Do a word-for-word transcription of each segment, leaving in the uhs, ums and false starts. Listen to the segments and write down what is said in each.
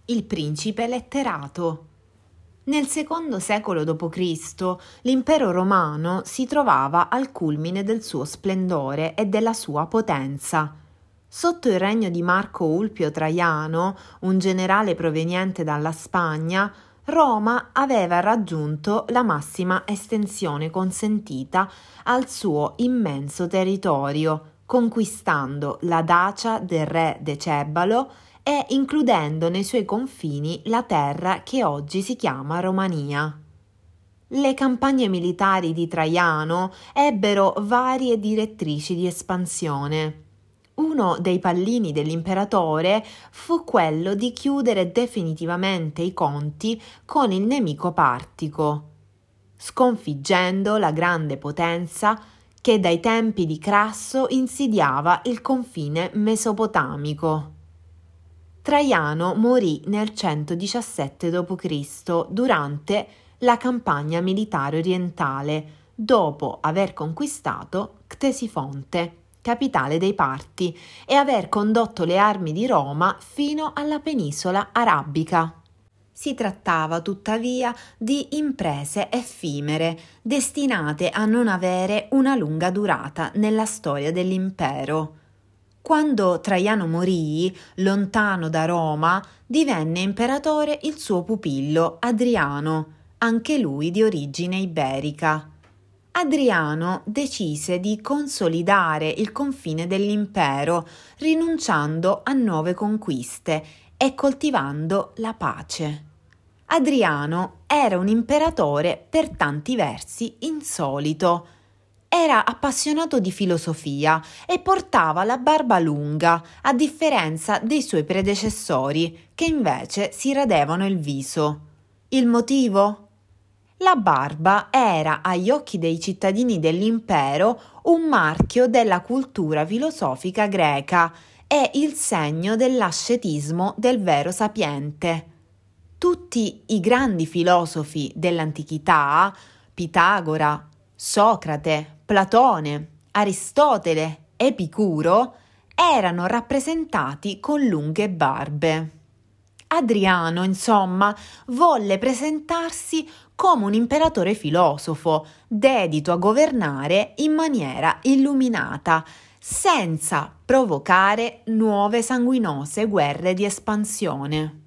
il principe letterato. Nel secondo secolo dopo Cristo l'impero romano si trovava al culmine del suo splendore e della sua potenza. Sotto il regno di Marco Ulpio Traiano, un generale proveniente dalla Spagna, Roma aveva raggiunto la massima estensione consentita al suo immenso territorio, conquistando la Dacia del re Decebalo e includendo nei suoi confini la terra che oggi si chiama Romania. Le campagne militari di Traiano ebbero varie direttrici di espansione. Uno dei pallini dell'imperatore fu quello di chiudere definitivamente i conti con il nemico partico, sconfiggendo la grande potenza che dai tempi di Crasso insidiava il confine mesopotamico. Traiano morì nel centodiciassette dopo Cristo durante la campagna militare orientale, dopo aver conquistato Ctesifonte, capitale dei Parti, e aver condotto le armi di Roma fino alla penisola arabica. Si trattava tuttavia di imprese effimere, destinate a non avere una lunga durata nella storia dell'impero. Quando Traiano morì, lontano da Roma, divenne imperatore il suo pupillo Adriano, anche lui di origine iberica. Adriano decise di consolidare il confine dell'impero, rinunciando a nuove conquiste e coltivando la pace. Adriano era un imperatore per tanti versi insolito. Era appassionato di filosofia e portava la barba lunga, a differenza dei suoi predecessori, che invece si radevano il viso. Il motivo? La barba era, agli occhi dei cittadini dell'impero, un marchio della cultura filosofica greca e il segno dell'ascetismo del vero sapiente. Tutti i grandi filosofi dell'antichità, Pitagora, Socrate, Platone, Aristotele, Epicuro, erano rappresentati con lunghe barbe. Adriano, insomma, volle presentarsi come un imperatore filosofo, dedito a governare in maniera illuminata, senza provocare nuove sanguinose guerre di espansione.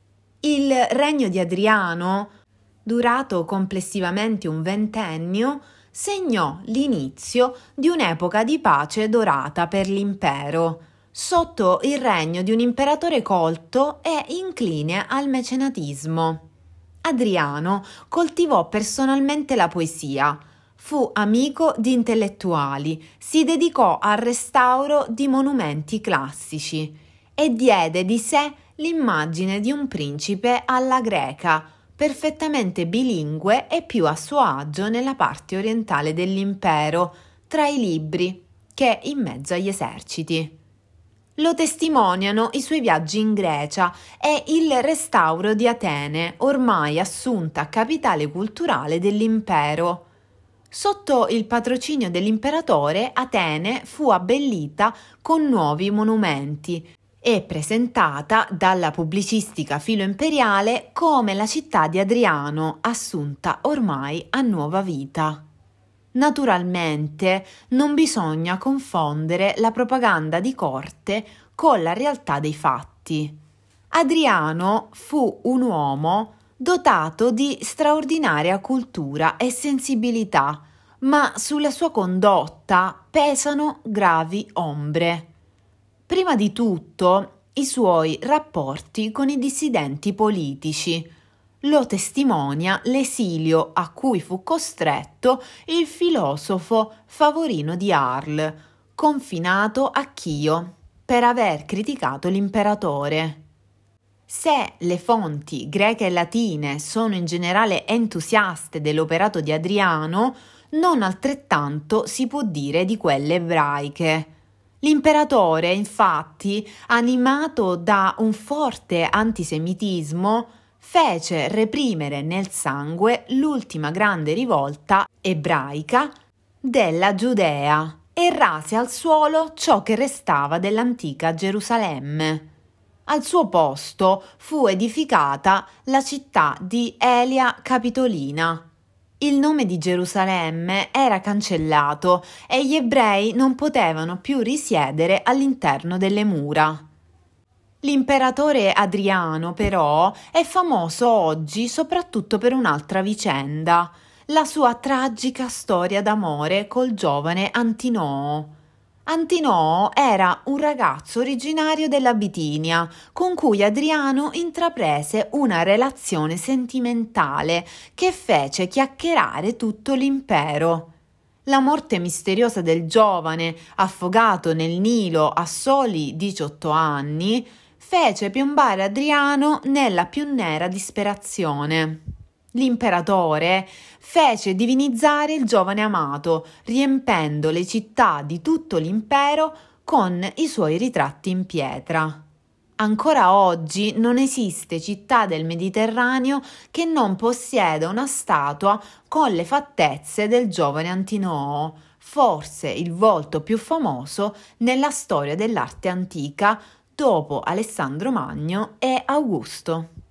Il regno di Adriano, durato complessivamente un ventennio, segnò l'inizio di un'epoca di pace dorata per l'impero, sotto il regno di un imperatore colto e incline al mecenatismo. Adriano coltivò personalmente la poesia, fu amico di intellettuali, si dedicò al restauro di monumenti classici e diede di sé l'immagine di un principe alla greca, perfettamente bilingue e più a suo agio nella parte orientale dell'impero, tra i libri che in mezzo agli eserciti. Lo testimoniano i suoi viaggi in Grecia e il restauro di Atene, ormai assunta capitale culturale dell'impero. Sotto il patrocinio dell'imperatore, Atene fu abbellita con nuovi monumenti e presentata dalla pubblicistica filoimperiale come la città di Adriano, assunta ormai a nuova vita. Naturalmente non bisogna confondere la propaganda di corte con la realtà dei fatti. Adriano fu un uomo dotato di straordinaria cultura e sensibilità, ma sulla sua condotta pesano gravi ombre. Prima di tutto, i suoi rapporti con i dissidenti politici. Lo testimonia l'esilio a cui fu costretto il filosofo Favorino di Arles, confinato a Chio per aver criticato l'imperatore. Se le fonti greche e latine sono in generale entusiaste dell'operato di Adriano, non altrettanto si può dire di quelle ebraiche. L'imperatore, infatti, animato da un forte antisemitismo, fece reprimere nel sangue l'ultima grande rivolta ebraica della Giudea e rase al suolo ciò che restava dell'antica Gerusalemme. Al suo posto fu edificata la città di Elia Capitolina. Il nome di Gerusalemme era cancellato e gli ebrei non potevano più risiedere all'interno delle mura. L'imperatore Adriano, però, è famoso oggi soprattutto per un'altra vicenda, la sua tragica storia d'amore col giovane Antinoo. Antinoo era un ragazzo originario della Bitinia con cui Adriano intraprese una relazione sentimentale che fece chiacchierare tutto l'impero. La morte misteriosa del giovane, affogato nel Nilo a soli diciotto anni, fece piombare Adriano nella più nera disperazione. L'imperatore fece divinizzare il giovane amato, riempendo le città di tutto l'impero con i suoi ritratti in pietra. Ancora oggi non esiste città del Mediterraneo che non possieda una statua con le fattezze del giovane Antinoo, forse il volto più famoso nella storia dell'arte antica dopo Alessandro Magno e Augusto.